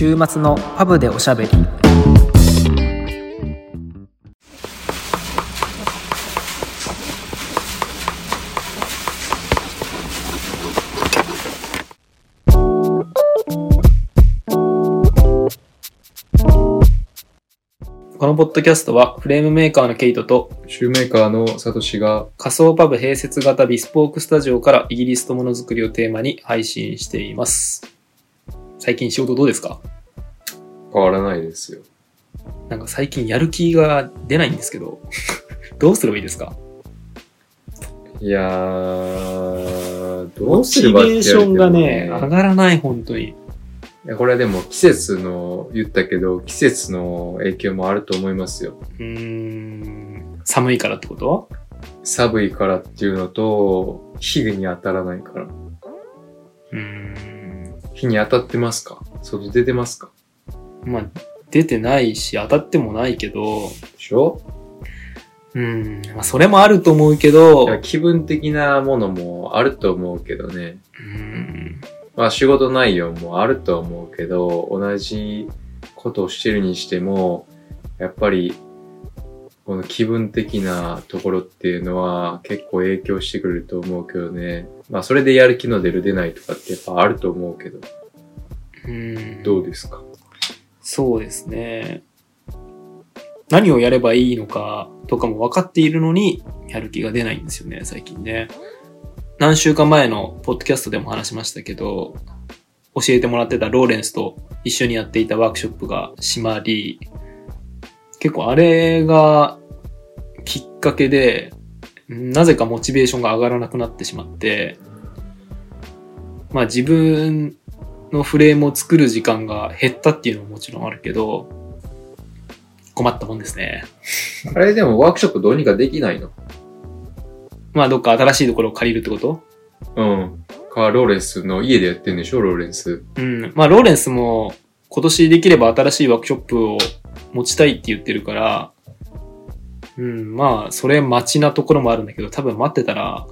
週末のパブでおしゃべり。このポッドキャストはフレームメーカーのケイトとシューメーカーのサトシが仮想パブ併設型ビスポークスタジオからイギリスとものづくりをテーマに配信しています。最近仕事どうですか？ 変わらないですよ。 なんか最近やる気が出ないんですけどどうすればいいですか？ いやー、どうすればってモチベーションがね、上がらない、本当に。 いや、これはでも季節の、言ったけど、季節の影響もあると思いますよ。 寒いからってこと？ 寒いからっていうのと、日に当たらないから。日に当たってますか？外出てますか？ まあ、出てないし、当たってもないけど。 でしょ？ まあ、それもあると思うけど。 いや、気分的なものもあると思うけどね。まあ仕事内容もあると思うけど、同じことをしてるにしても、やっぱり、この気分的なところっていうのは結構影響してくると思うけどね。まあそれでやる気の出る出ないとかってやっぱあると思うけど。どうですか？ そうですね。何をやればいいのかとかも分かっているのに、やる気が出ないんですよね、最近ね。何週間前のポッドキャストでも話しましたけど、教えてもらってたローレンスと一緒にやっていたワークショップが閉まり、結構あれがきっかけで、なぜかモチベーションが上がらなくなってしまって、まあ自分のフレームを作る時間が減ったっていうのももちろんあるけど、困ったもんですね。 あれでもワークショップどうにかできないの？ まあどっか新しいところを借りるってこと？ ローレンスの家でやってんでしょ、ローレンス。 まあローレンスも今年できれば新しいワークショップを持ちたいって言ってるから、まあそれ待ちなところもあるんだけど、多分待ってたら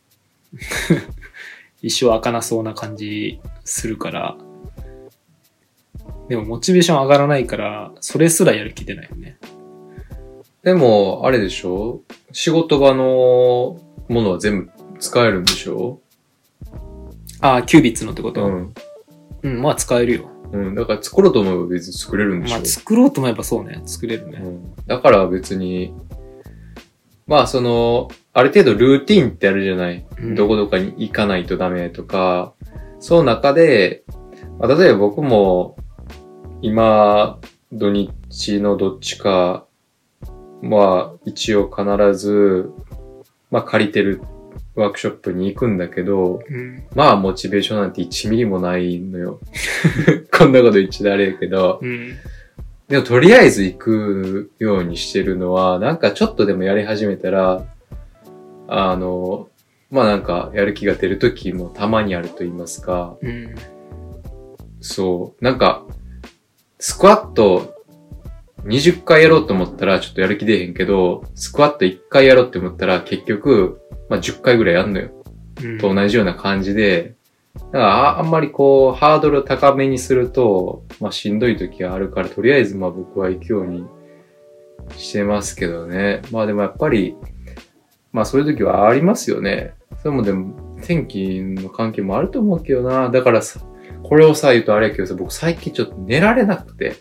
一生開かなそうな感じするから、でもモチベーション上がらないから、それすらやる気出ないよね。 でも、あれでしょ？仕事場のものは全部使えるんでしょ？ キュービッツのってこと？まあ使えるよ。 だから作ろうと思えば別に作れるんでしょ？ まあ作ろうと思えばそうね、作れるね。 だから別に、まあある程度ルーティンってあるじゃない？どこどこに行かないとダメとか、その中で、まあ、例えば僕も、今、土日のどっちか、まあ一応必ず、まあ借りてるワークショップに行くんだけど、まあモチベーションなんて1ミリもないのよ。こんなこと言っちゃあれやけど、でもとりあえず行くようにしてるのは、なんかちょっとでもやり始めたら、まあなんかやる気が出る時もたまにあると言いますか、そう、なんか、スクワット20回やろうと思ったらちょっとやる気出へんけど、スクワット1回やろうって思ったら結局、まあ、10回ぐらいやんのよ。と同じような感じで、だからあんまりこう、ハードル高めにすると、まあしんどい時があるから、とりあえずまあ僕は行くようにしてますけどね。まあでもやっぱり、まあそういう時はありますよね。それもでも、天気の関係もあると思うけどな。だからさ、これをさ、言うとあれやけどさ、僕最近ちょっと寝られなくて。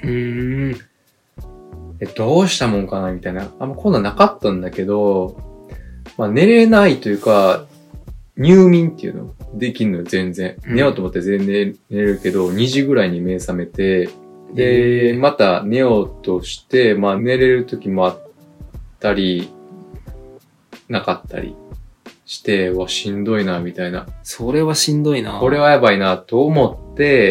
どうしたもんかなみたいな。あんまこんなんなかったんだけど、まあ寝れないというか、入眠っていうのできんのよ、全然。寝ようと思って全然寝れるけど、2時ぐらいに目覚めて、で、また寝ようとして、まあ寝れる時もあったり、なかったりして、しんどいな、みたいな。 それはしんどいな。 これはやばいな、と思って、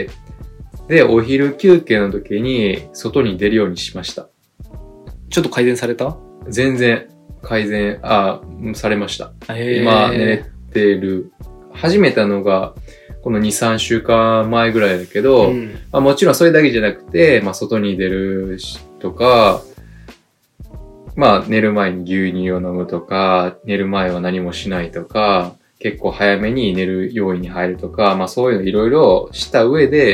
で、お昼休憩の時に、外に出るようにしました。 ちょっと改善された？ 全然、改善、されました。今、寝れてる。始めたのが、この2、3週間前ぐらいだけど、まあ、もちろんそれだけじゃなくて、まあ、外に出るとか、まあ、寝る前に牛乳を飲むとか、寝る前は何もしないとか、結構早めに寝る用意に入るとか、まあそういうのいろいろした上で、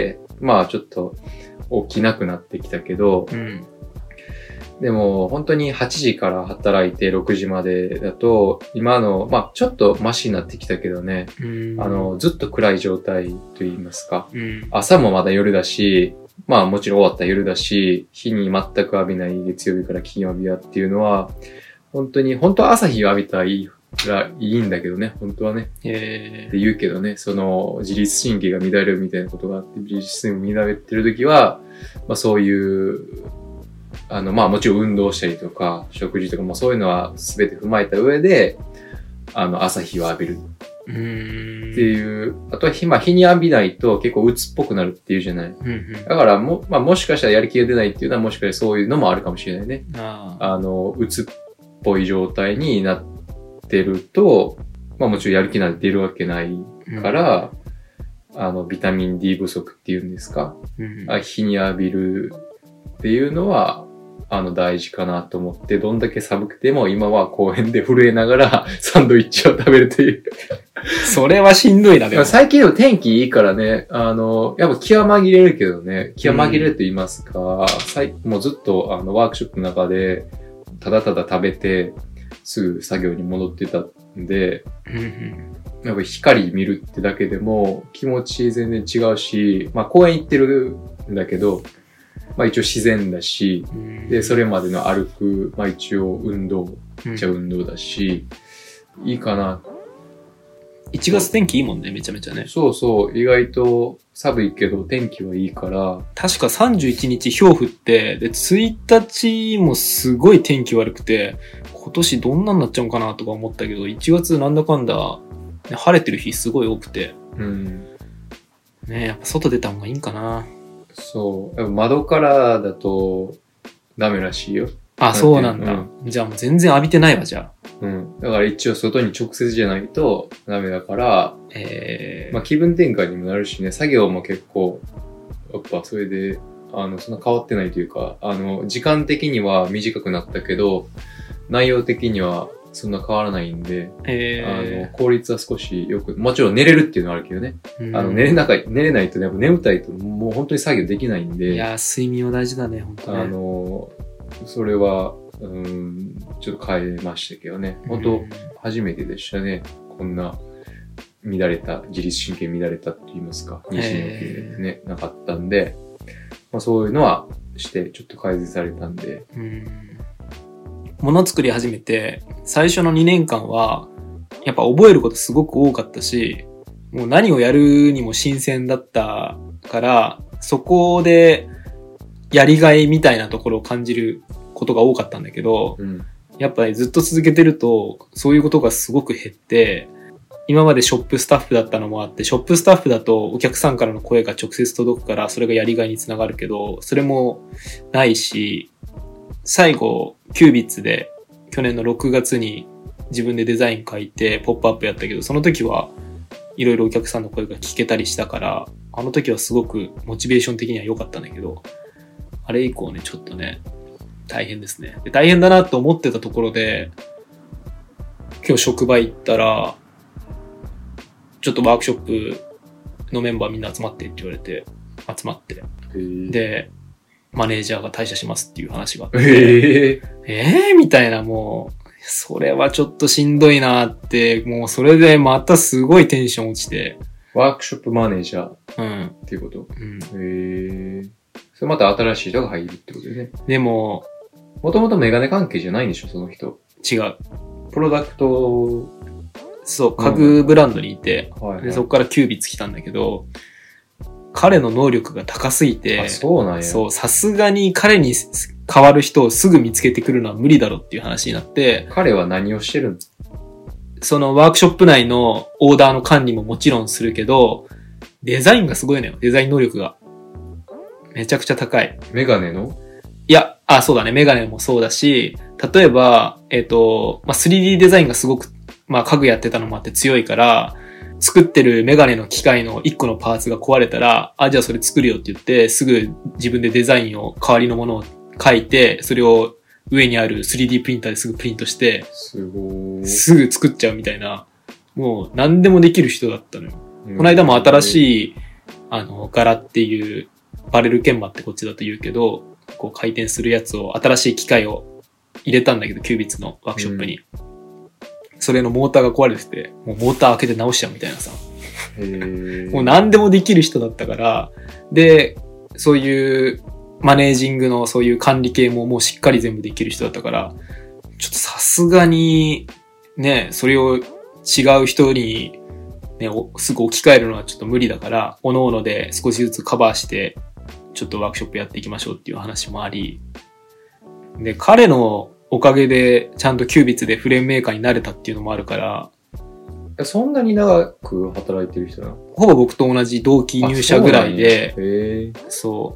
まあちょっと起きなくなってきたけど、 うん。 でも本当に8時から働いて6時までだと、今の、まあちょっとマシになってきたけどね、ずっと暗い状態と言いますか、 うん。 朝もまだ夜だし、まあもちろん終わった夜だし、日に全く浴びない月曜日から金曜日はっていうのは、本当は朝日を浴びたらいいんだけどね、本当はね。って言うけどね、その自律神経が乱れるみたいなことがあって、自律神経が乱れてる時は、まあそういう、まあもちろん運動したりとか、食事とかもそういうのは全て踏まえた上で、朝日を浴びるっていう、あとは日に浴びないと結構鬱っぽくなるっていうじゃない。だからまあもしかしたらやる気が出ないっていうのはもしかしたらそういうのもあるかもしれないね。鬱っぽい状態になってると、まあもちろんやる気なんて出るわけないから、ビタミン D 不足っていうんですか、日に浴びるっていうのは、大事かなと思って、どんだけ寒くても今は公園で震えながらサンドイッチを食べるという。 それはしんどいな、でも。 最近の天気いいからね、やっぱ気は紛れるけどね、気は紛れると言いますか、もうずっとワークショップの中で、ただただ食べて、すぐ作業に戻ってたんで、やっぱ光見るってだけでも気持ち全然違うし、まあ公園行ってるんだけど、まあ一応自然だし、で、それまでの歩く、まあ一応運動だし、いいかな。 1月天気いいもんね、めちゃめちゃね。 そうそう、意外と寒いけど天気はいいから。 確か31日氷降って、で、1日もすごい天気悪くて、今年どんなになっちゃうのかなとか思ったけど、1月なんだかんだ、ね、晴れてる日すごい多くて。ね、やっぱ外出た方がいいんかな。 そう。やっぱ窓からだとダメらしいよ。 あ、そうなんだ。じゃあもう全然浴びてないわ、じゃあ。 だから一応外に直接じゃないとダメだから、まあ気分転換にもなるしね、作業も結構、やっぱそれで、そんな変わってないというか、時間的には短くなったけど、内容的にはそんな変わらないんで、効率は少しよく、もちろん寝れるっていうのはあるけどね。寝れないとね、眠たいともう本当に作業できないんで。 いや、睡眠は大事だね、本当ね。 それは、ちょっと変えましたけどね。本当初めてでしたね。こんな自律神経乱れたって言いますか。西の起きでね、なかったんで、まあそういうのはして、ちょっと改善されたんで。 もの作り始めて、最初の2年間は、やっぱ覚えることすごく多かったし、もう何をやるにも新鮮だったから、そこでやりがいみたいなところを感じることが多かったんだけど、やっぱりずっと続けてると、そういうことがすごく減って、今までショップスタッフだったのもあって、ショップスタッフだとお客さんからの声が直接届くから、それがやりがいにつながるけど、それもないし、最後、キュービッツで去年の6月に自分でデザイン書いてポップアップやったけど、その時はいろいろお客さんの声が聞けたりしたから、あの時はすごくモチベーション的には良かったんだけど、あれ以降ね、ちょっとね、大変ですね。で、大変だなと思ってたところで、今日職場行ったら、ちょっとワークショップのメンバーみんな集まってって言われて、集まって。で、マネージャーが退社しますっていう話があって、みたいな、もう、それはちょっとしんどいなって、もうそれでまたすごいテンション落ちて。 ワークショップマネージャーっていうこと？それまた新しい人が入るってことでね。 でも、 もともとメガネ関係じゃないんでしょ、その人。 違う。 プロダクト、 そう、家具ブランドにいて、でそこからキュービッツ来たんだけど、彼の能力が高すぎて、 そうなんや。 そう、さすがに彼に変わる人をすぐ見つけてくるのは無理だろっていう話になって、 彼は何をしてるんですか？ そのワークショップ内のオーダーの管理ももちろんするけど、デザインがすごいのよ。デザイン能力が。めちゃくちゃ高い。 メガネの？ いや、そうだね。メガネもそうだし、例えば、3D デザインがすごく、家具やってたのもあって強いから、作ってるメガネの機械の1個のパーツが壊れたら、じゃあそれ作るよって言って、すぐ自分でデザインを、代わりのものを書いて、それを上にある 3D プリンターですぐプリントして、すぐ作っちゃうみたいな、もう何でもできる人だったのよ。この間も新しい、柄っていうバレル研磨ってこっちだと言うけど、こう回転するやつを、新しい機械を入れたんだけど、キュービッツのワークショップに。それのモーターが壊れてて、もうモーター開けて直しちゃうみたいなさ。もう何でもできる人だったから、で、そういうマネージングのそういう管理系ももうしっかり全部できる人だったから、ちょっとさすがに、ね、それを違う人に、ね、すぐ置き換えるのはちょっと無理だから、各々で少しずつカバーして、ちょっとワークショップやっていきましょうっていう話もあり、で、彼のおかげでちゃんとキュービッツでフレームメーカーになれたっていうのもあるから、 そんなに長く働いてる人なの？ ほぼ僕と同じ同期入社ぐらいで、そう。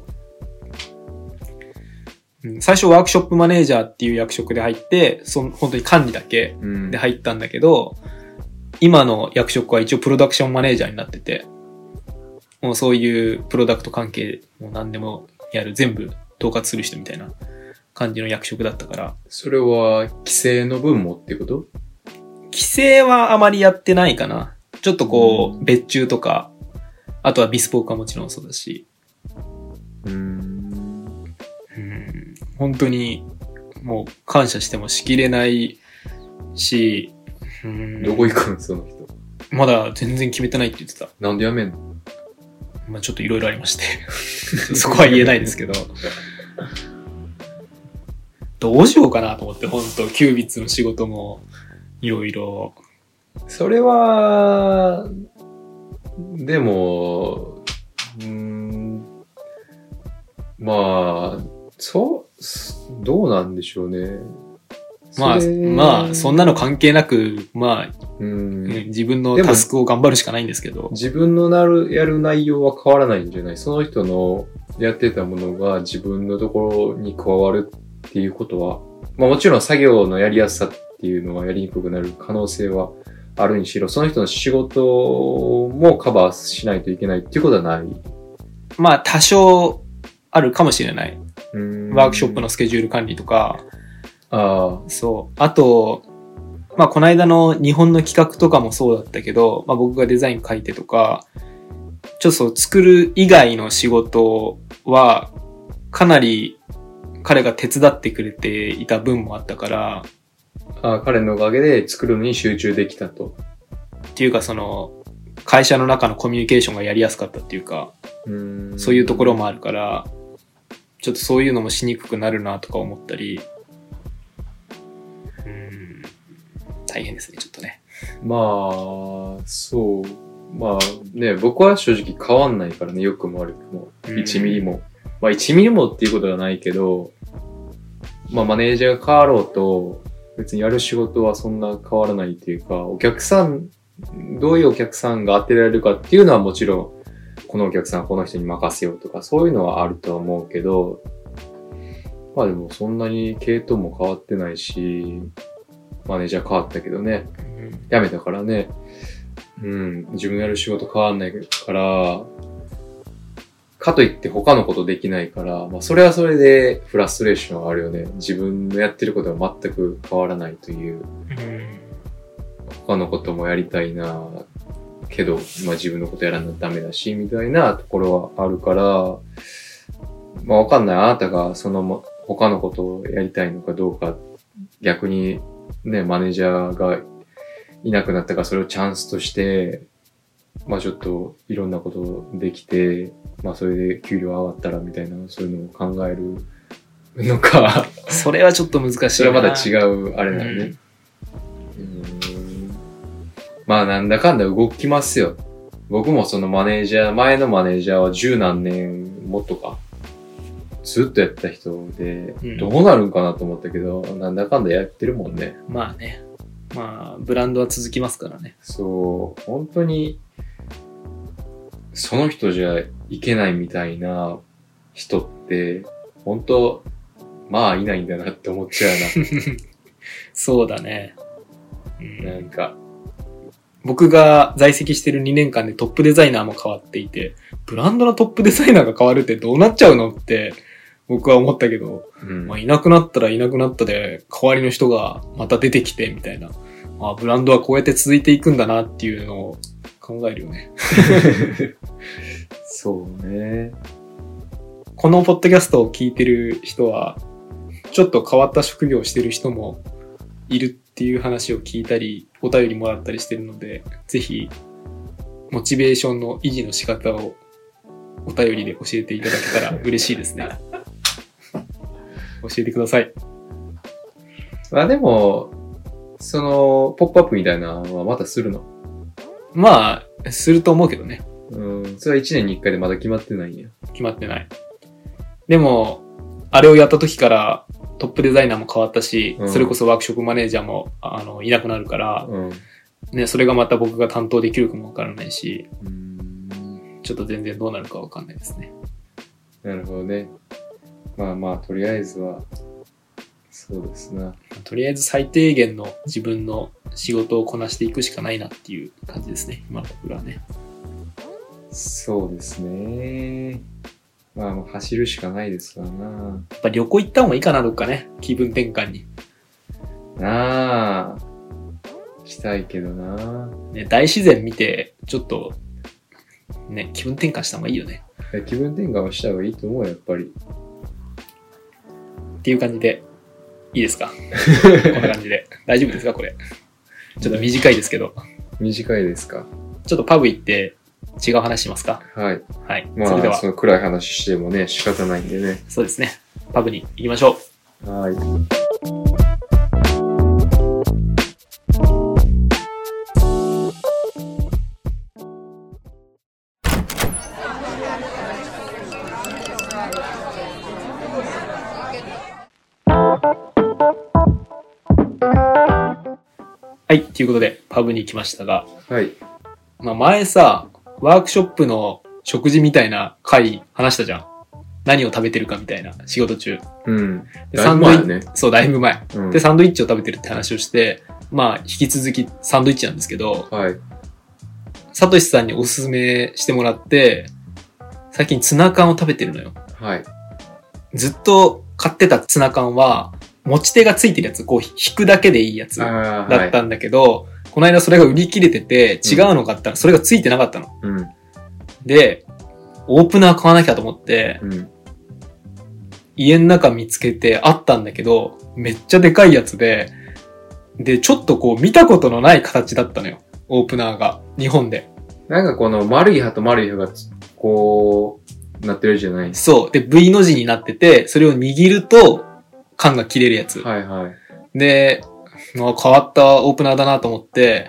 最初ワークショップマネージャーっていう役職で入って、本当に管理だけで入ったんだけど、今の役職は一応プロダクションマネージャーになってて、もうそういうプロダクト関係も何でもやる、全部統括する人みたいな感じの役職だったから。 それは規制の分もっていうこと？ 規制はあまりやってないかな。ちょっとこう、別注とか、あとはビスポークはもちろんそうだし。本当に、もう感謝してもしきれないし、 どこ行くのその人。 まだ全然決めてないって言ってた。 なんで辞めんの？ まあちょっといろいろありまして。そこは言えないですけど。どうしようかなと思って、本当キュービッツの仕事も、いろいろ。 それは、でも、まあ、どうなんでしょうね。 まあ、そんなの関係なく、まあ、自分のタスクを頑張るしかないんですけど。 自分のやる内容は変わらないんじゃない？その人のやってたものが自分のところに加わるっていうことは、まあもちろん作業のやりやすさっていうのはやりにくくなる可能性はあるにしろ、その人の仕事もカバーしないといけないっていうことはない。 まあ多少あるかもしれない。ワークショップのスケジュール管理とか、そう。あと、まあこの間の日本の企画とかもそうだったけど、まあ僕がデザイン書いてとか、ちょっとそう作る以外の仕事はかなり彼が手伝ってくれていた分もあったから、 彼のおかげで作るのに集中できたと。 っていうかその、会社の中のコミュニケーションがやりやすかったっていうか、そういうところもあるから、ちょっとそういうのもしにくくなるなとか思ったり、大変ですね、ちょっとね。 まあ、そう。まあね、僕は正直変わんないからね、良くも悪くも。1ミリも。まあ1ミリもっていうことはないけど、まあマネージャーが変わろうと、別にやる仕事はそんな変わらないっていうか、お客さん、どういうお客さんが当てられるかっていうのはもちろん、このお客さんはこの人に任せようとか、そういうのはあるとは思うけど、まあでもそんなに系統も変わってないし、マネージャー変わったけどね、辞めたからね、自分のやる仕事変わんないから、かといって他のことできないから、まあそれはそれでフラストレーションはあるよね。自分のやってることは全く変わらないという。他のこともやりたいなけど、まあ自分のことやらなきゃダメだし、みたいなところはあるから、まあわかんない。あなたがその他のことをやりたいのかどうか、逆にね、マネージャーがいなくなったからそれをチャンスとして、まあちょっといろんなことできて、まあそれで給料上がったらみたいな、そういうのを考えるのか。 それはちょっと難しいな。 それはまた違う、あれだね。まあなんだかんだ動きますよ。僕もそのマネージャー、前のマネージャーは十何年もっとか、ずっとやった人で、どうなるんかなと思ったけど、なんだかんだやってるもんね。 まあね。まあ、ブランドは続きますからね。 そう、本当に、その人じゃいけないみたいな人って、本当、まあいないんだなって思っちゃうな。 そうだね。 なんか、 僕が在籍してる2年間でトップデザイナーも変わっていて、ブランドのトップデザイナーが変わるってどうなっちゃうのって僕は思ったけど、まあいなくなったらいなくなったで代わりの人がまた出てきてみたいな、まあブランドはこうやって続いていくんだなっていうのを考えるよね。 そうね。 このポッドキャストを聞いてる人は、ちょっと変わった職業をしてる人もいるっていう話を聞いたり、お便りもらったりしてるので、ぜひ、モチベーションの維持の仕方をお便りで教えていただけたら嬉しいですね。教えてください。 まあでも、その、ポップアップみたいなのはまたするの？ まあ、すると思うけどね。 それは1年に1回でまだ決まってないんや。 決まってない。でも、あれをやった時からトップデザイナーも変わったし、それこそワークショップマネージャーもいなくなるから、ね、それがまた僕が担当できるかもわからないし、ちょっと全然どうなるかわかんないですね。 なるほどね。まあまあ、とりあえずは、そうですな。 とりあえず最低限の自分の仕事をこなしていくしかないなっていう感じですね、今の僕らはね。 そうですね。まあもう走るしかないですからな。 やっぱ旅行行った方がいいかな、どっかね。気分転換に。 なあ。したいけどな。 ね、大自然見て、ちょっと、ね、気分転換した方がいいよね。 気分転換はした方がいいと思うよ、やっぱり。 っていう感じで、いいですか？こんな感じで。大丈夫ですかこれ。ちょっと短いですけど。 短いですか？ ちょっとパブ行って違う話しますか？ はい。 はい。 まあ、 それでは。 その暗い話してもね、仕方ないんでね。 そうですね。パブに行きましょう。 はい。 はい。ということで、パブに来ましたが。 はい。 まあ前さ、ワークショップの食事みたいな回話したじゃん。何を食べてるかみたいな、仕事中。でサンドイッチ、そう、だいぶ前、で、サンドイッチを食べてるって話をして、まあ、引き続きサンドイッチなんですけど、 はい。 サトシさんにおすすめしてもらって、最近ツナ缶を食べてるのよ。 はい。 ずっと買ってたツナ缶は、持ち手がついてるやつ、こう引くだけでいいやつだったんだけど、この間それが売り切れてて、違うの買ったらそれがついてなかったの。で、オープナー買わなきゃと思って、家の中見つけてあったんだけど、めっちゃでかいやつで、ちょっとこう見たことのない形だったのよ。オープナーが。日本で。 なんかこの丸い刃と丸い刃がこう、なってるじゃない？ そう。で、V の字になってて、それを握ると、缶が切れるやつ。 はいはい。 で、まあ、変わったオープナーだなと思って、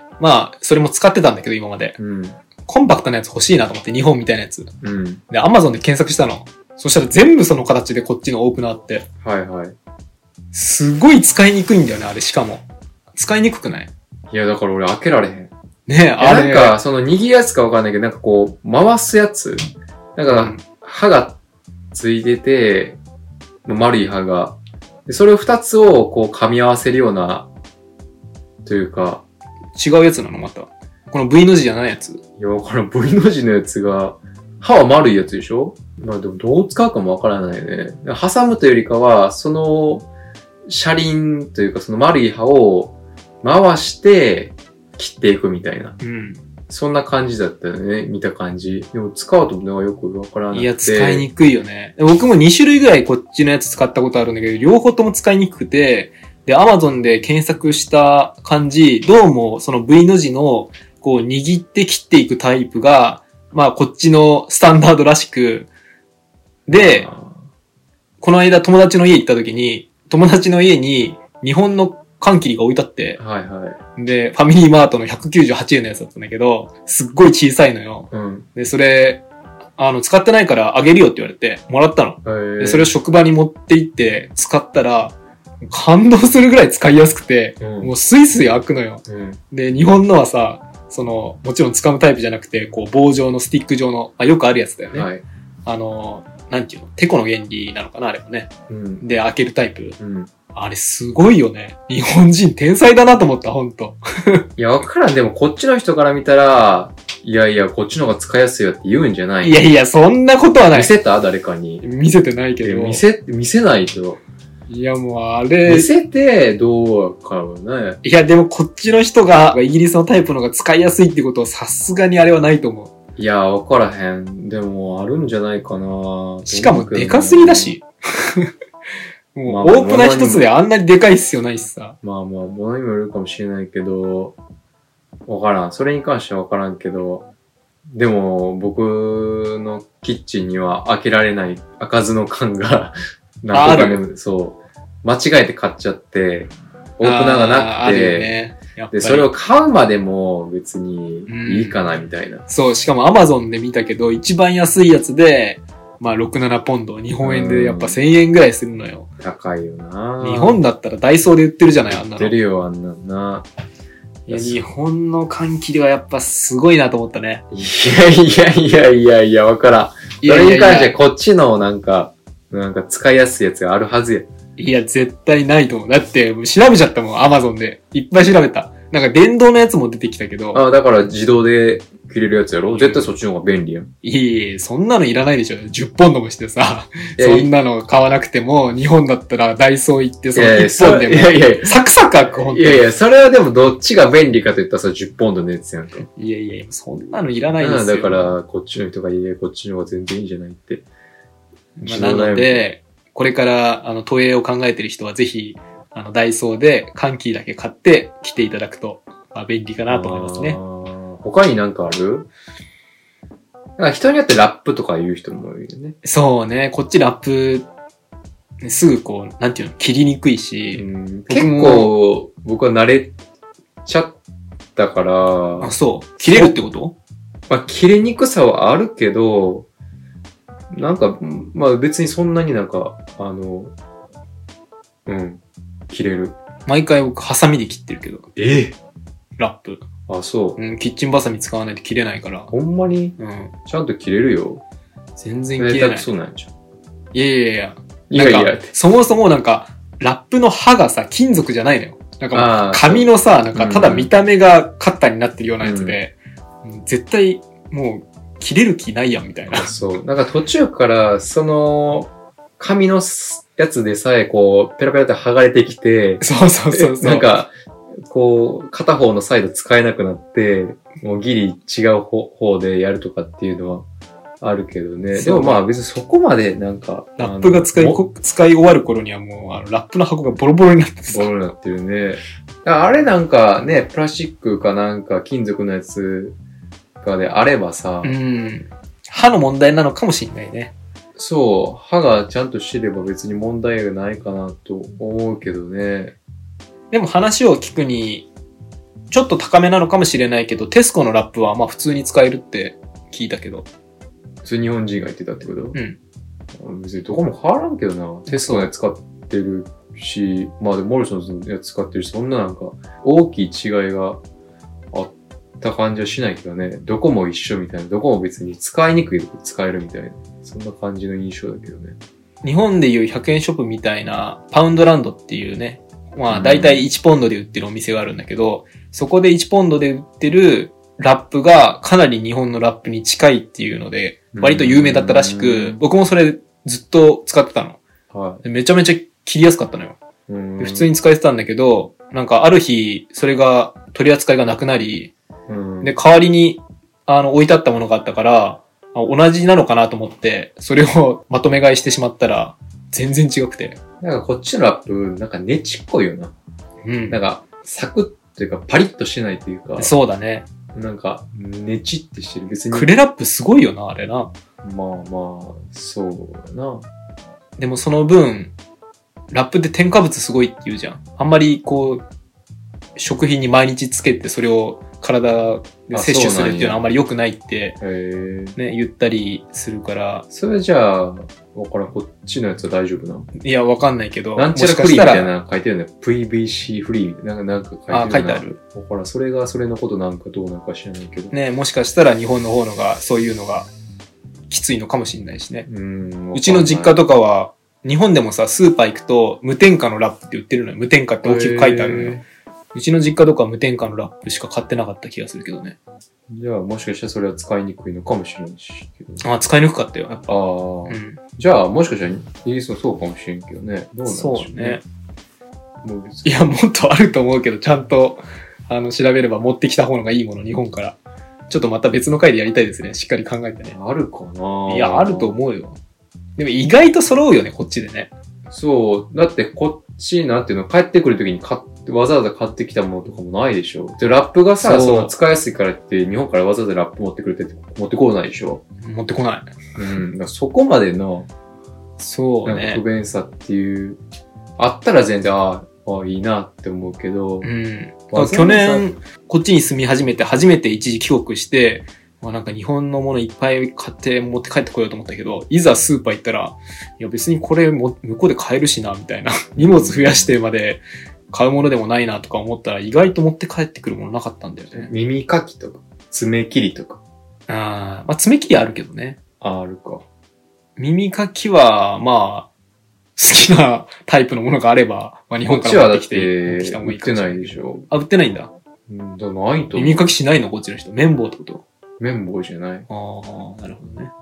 まあ、それも使ってたんだけど、今まで。コンパクトなやつ欲しいなと思って、日本みたいなやつ。で、Amazon で検索したの。そしたら全部その形でこっちのオープナーって。 はいはい。 すごい使いにくいんだよね、あれ、しかも。使いにくくない？ いや、だから俺開けられへん。 ねえ、あれ。 なんか、その握るやつかわかんないけど、なんかこう、回すやつ。なんか、刃がついてて、丸い刃が。でそれを二つをこう噛み合わせるような、というか。 違うやつなのまた。この V の字じゃないやつ。 いや、この V の字のやつが、刃は丸いやつでしょ？まあでもどう使うかもわからないね。挟むというよりかは、その、車輪というかその丸い刃を回して切っていくみたいな。そんな感じだったよね、見た感じ。でも使うとね、よくわからなくて。 いや、使いにくいよね。僕も2種類ぐらいこっちのやつ使ったことあるんだけど、両方とも使いにくくて、で、Amazon で検索した感じ、どうもその V の字の、こう握って切っていくタイプが、まあこっちのスタンダードらしく、で、この間友達の家行った時に、友達の家に日本の缶切りが置いてあって、で、ファミリーマートの198円のやつだったんだけど、すっごい小さいのよ。で、それ、使ってないからあげるよって言われて、もらったの。で、それを職場に持って行って使ったら、感動するぐらい使いやすくて、もうスイスイ開くのよ。で、日本のはさ、もちろん掴むタイプじゃなくて、こう棒状のスティック状の、よくあるやつだよね。なんていうの？テコの原理なのかなあれもね。で、開けるタイプ。あれすごいよね。日本人天才だなと思った、ほんと。 いや、わからん。でもこっちの人から見たら、いやいや、こっちの方が使いやすいよって言うんじゃない？ いやいや、そんなことはない。 見せた？誰かに。 見せてないけど。 見せないと。 いや、もうあれ。 見せて、どうかはね。 いや、でもこっちの人が、イギリスのタイプの方が使いやすいってことはさすがにあれはないと思う。 いや、わからへん。でも、あるんじゃないかな。 しかもでかすぎだし。もう、オープナー一つであんなにでかい必要ないしさ。 まあまあ、物にもよるかもしれないけど、わからん。それに関してはわからんけど、でも、僕のキッチンには開けられない開かずの缶が、なんとかね、そう、間違えて買っちゃって、オープナーがなくて、 ね、 で、それを買うまでも別にいいかなみたいな。 そう、しかも Amazon で見たけど、一番安いやつで、まあ6、7ポンド、日本円でやっぱ1000円ぐらいするのよ。 高いよな。 日本だったらダイソーで売ってるじゃない、あんなの。 売ってるよ、あんなんな。 いや、日本の缶切りはやっぱすごいなと思ったね。 いや、わからん。それに関してこっちのなんか使いやすいやつがあるはずや。 いや、絶対ないと思う。だって、調べちゃったもん、Amazon で。いっぱい調べた。なんか電動のやつも出てきたけど。 あ、だから自動で切れるやつやろ？絶対そっちの方が便利やん。 いい、そんなのいらないでしょ。10ポンドもしてさ。そんなの買わなくても、日本だったらダイソー行って、その1本でも、サクサク開く、ほんとに。 いや、それはでもどっちが便利かと言ったらさ、10ポンドのやつやんか。 いや、そんなのいらないですよ。 だから、こっちの人がこっちの方が全然いいんじゃないって。 まあ、なので、これから、投影を考えてる人はぜひ、ダイソーで缶切りだけ買って来ていただくと、まあ、便利かなと思いますね。 他になんかある？なんか人によってラップとか言う人もいるよね。 そうね、こっちラップ、すぐこう、なんていうの、切りにくいし。 結構、僕は慣れちゃったから。 あ、そう。切れるってこと？ まあ、切れにくさはあるけど、なんか、まあ別にそんなになんか、切れる。 毎回僕、ハサミで切ってるけど。ラップ。 あ、そう。 キッチンバサミ使わないと切れないから。 ほんまに？ちゃんと切れるよ。 全然切れない。 そうなんじゃん。 いや。そもそもなんか、ラップの刃がさ、金属じゃないのよ。なんかもう、紙のさ、なんかただ見た目がカッターになってるようなやつで、絶対、もう、切れる気ないやんみたいな。 そう。なんか途中から、その、紙のやつでさえこう、ペラペラって剥がれてきて、 そう。 なんか、こう、片方のサイド使えなくなって、もうギリ違う方でやるとかっていうのはあるけどね。でもまあ別にそこまでなんか。 ラップが使い終わる頃にはもう、ラップの箱がボロボロになってボロになってるね。あれなんかね、プラスチックかなんか金属のやつかであればさ。 刃の問題なのかもしれないね。 そう。刃がちゃんとしてれば別に問題がないかなと思うけどね。 でも話を聞くに、ちょっと高めなのかもしれないけど、テスコのラップはまあ普通に使えるって聞いたけど。 普通日本人が言ってたってこと？別にどこも変わらんけどな。テスコのやつ使ってるし、まあでモルソンズのやつ使ってるし、そんななんか大きい違いがあった感じはしないけどね。どこも一緒みたいな。どこも別に使いにくいとこ使えるみたいな。そんな感じの印象だけどね。 日本でいう100円ショップみたいなパウンドランドっていうね、まあ大体1ポンドで売ってるお店があるんだけど、そこで1ポンドで売ってるラップがかなり日本のラップに近いっていうので、割と有名だったらしく、僕もそれずっと使ってたの。 はい、 めちゃめちゃ切りやすかったのよ。で普通に使えてたんだけど、なんかある日、それが取り扱いがなくなり、で、代わりに、置いてあったものがあったから、同じなのかなと思って、それをまとめ買いしてしまったら、全然違くて。 なんかこっちのラップ、なんかねちっこいよな。なんか、サクッというかパリッとしてないというか。 そうだね。 なんか、ねちってしてる。別に。 クレラップすごいよな、あれな。 まあ、そうな。 でもその分、ラップって添加物すごいって言うじゃん。あんまりこう、食品に毎日つけてそれを体で摂取するっていうのはあんまり良くないって、ね、言ったりするから。 それじゃあ、わからん、こっちのやつは大丈夫な？ いや、わかんないけど。 なんちゃらフリーみたいなの書いてるね。VBC フリーなんか書いてるな。 あ、書いてある。 わからん、それがそれのことなんかどうなのか知らないけど。 ね、もしかしたら日本の方のが、そういうのがきついのかもしれないしね。うちの実家とかは、日本でもさ、スーパー行くと無添加のラップって売ってるのよ。無添加って大きく書いてあるのよ。うちの実家とかは無添加のラップしか買ってなかった気がするけどね。 じゃあもしかしたらそれは使いにくいのかもしれないしけど。 あ、使いにくかったよ、やっぱ。 じゃあもしかしたらイギリスもそうかもしれんけどね。どうなんでしょうね。 そうね。いや、もっとあると思うけど、ちゃんと、調べれば持ってきた方がいいもの、日本から。 ちょっとまた別の回でやりたいですね。しっかり考えてね。 あるかないや、あると思うよ。でも意外と揃うよね、こっちでね。 そう。だってこっち、なんていうの、帰ってくるときにわざわざ買ってきたものとかもないでしょ。で、ラップがさ、 そうその使いやすいからって、日本からわざわざラップ持ってくるって持ってこないでしょ。 持ってこない。 うん。だからそこまでの、 そうなんか不ね。 便さっていう、あったら全然、いいなって思うけど、 うん。 わざわざ去年、こっちに住み始めて、初めて一時帰国して、まあなんか日本のものいっぱい買って持って帰ってこようと思ったけど、いざスーパー行ったら、いや別にこれも向こうで買えるしな、みたいな。荷物増やしてまで買うものでもないなとか思ったら、意外と持って帰ってくるものなかったんだよね。 耳かきとか、爪切りとか、 ああ、まあ爪切りあるけどね。 あるか。 耳かきは、まあ、好きなタイプのものがあれば、まあ日本かこっちはだっら持ってきて、持ってきて、 た方がいい売ってないかもしれない。 でしょ。 あ、売ってないんだ。 うん、だないと思う。 耳かきしないのこっちの人。綿棒ってこと綿棒じゃない。 ああ、なるほどね。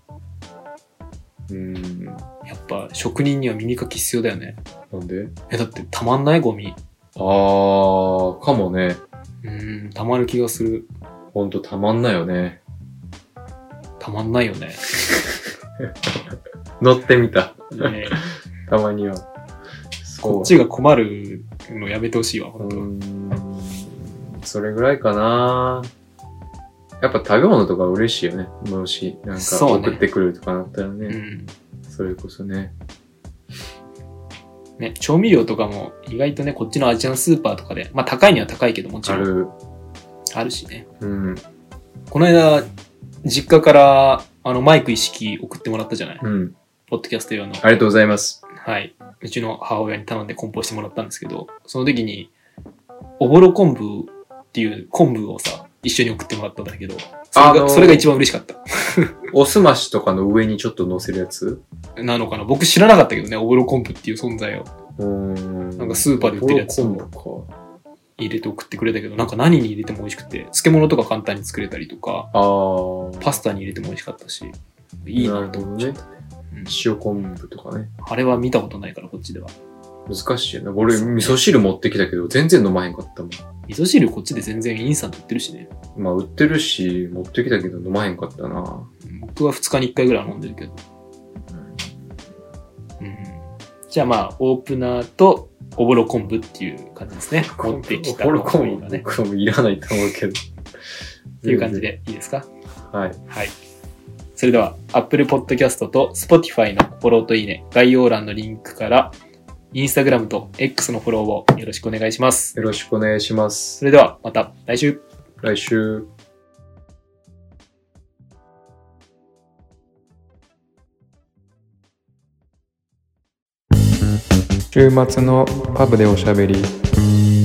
うん。 やっぱ職人には耳かき必要だよね。 なんでだってたまんないゴミ。 かもね。 たまる気がする。 ほんとたまんないよね。 たまんないよね。 乗ってみた。 ねたまには。 こっちが困るのやめてほしいわ、ほんと。 それぐらいかな。やっぱ食べ物とか嬉しいよね。もし、なんかそうね送ってくるとかなったらね。 うん。 それこそね。 ね、調味料とかも意外とね、こっちのアジアンスーパーとかで、まあ高いには高いけどもちろん。 ある。 あるしね。 うん。 この間、実家からマイク一式送ってもらったじゃない、 うん。 ポッドキャスト用の。 ありがとうございます。 はい。うちの母親に頼んで梱包してもらったんですけど、その時に、おぼろ昆布っていう昆布をさ、一緒に送ってもらったんだけど、それが一番嬉しかった。 おすましとかの上にちょっと乗せるやつなのかな僕知らなかったけどね、おぼろ昆布っていう存在を。 なんなんかスーパーで売ってるやつ昆布か。 入れて送ってくれたけど、なんか何に入れても美味しくて、漬物とか簡単に作れたりとか、パスタに入れても美味しかったし、いいなと思っちゃったね。 塩昆布とかね。 あれは見たことないから、こっちでは。 難しいよね。俺、味噌汁持ってきたけど、全然飲まへんかったもん。 味噌汁こっちで全然インスタント売ってるしね。 まあ、売ってるし、持ってきたけど飲まへんかったな。 僕は2日に1回ぐらい飲んでるけど。じゃあまあ、オープナーとおぼろ昆布っていう感じですね。持ってきたおぼろ昆布がね。 僕もいらないと思うけど。 っていう感じでいいですか？ はい。 はい。それでは、Apple Podcast と Spotify のフォローといいね、概要欄のリンクから、Instagram と X のフォローをよろしくお願いします。 よろしくお願いします。 それでは、また来週。 来週。週末のパブでおしゃべり。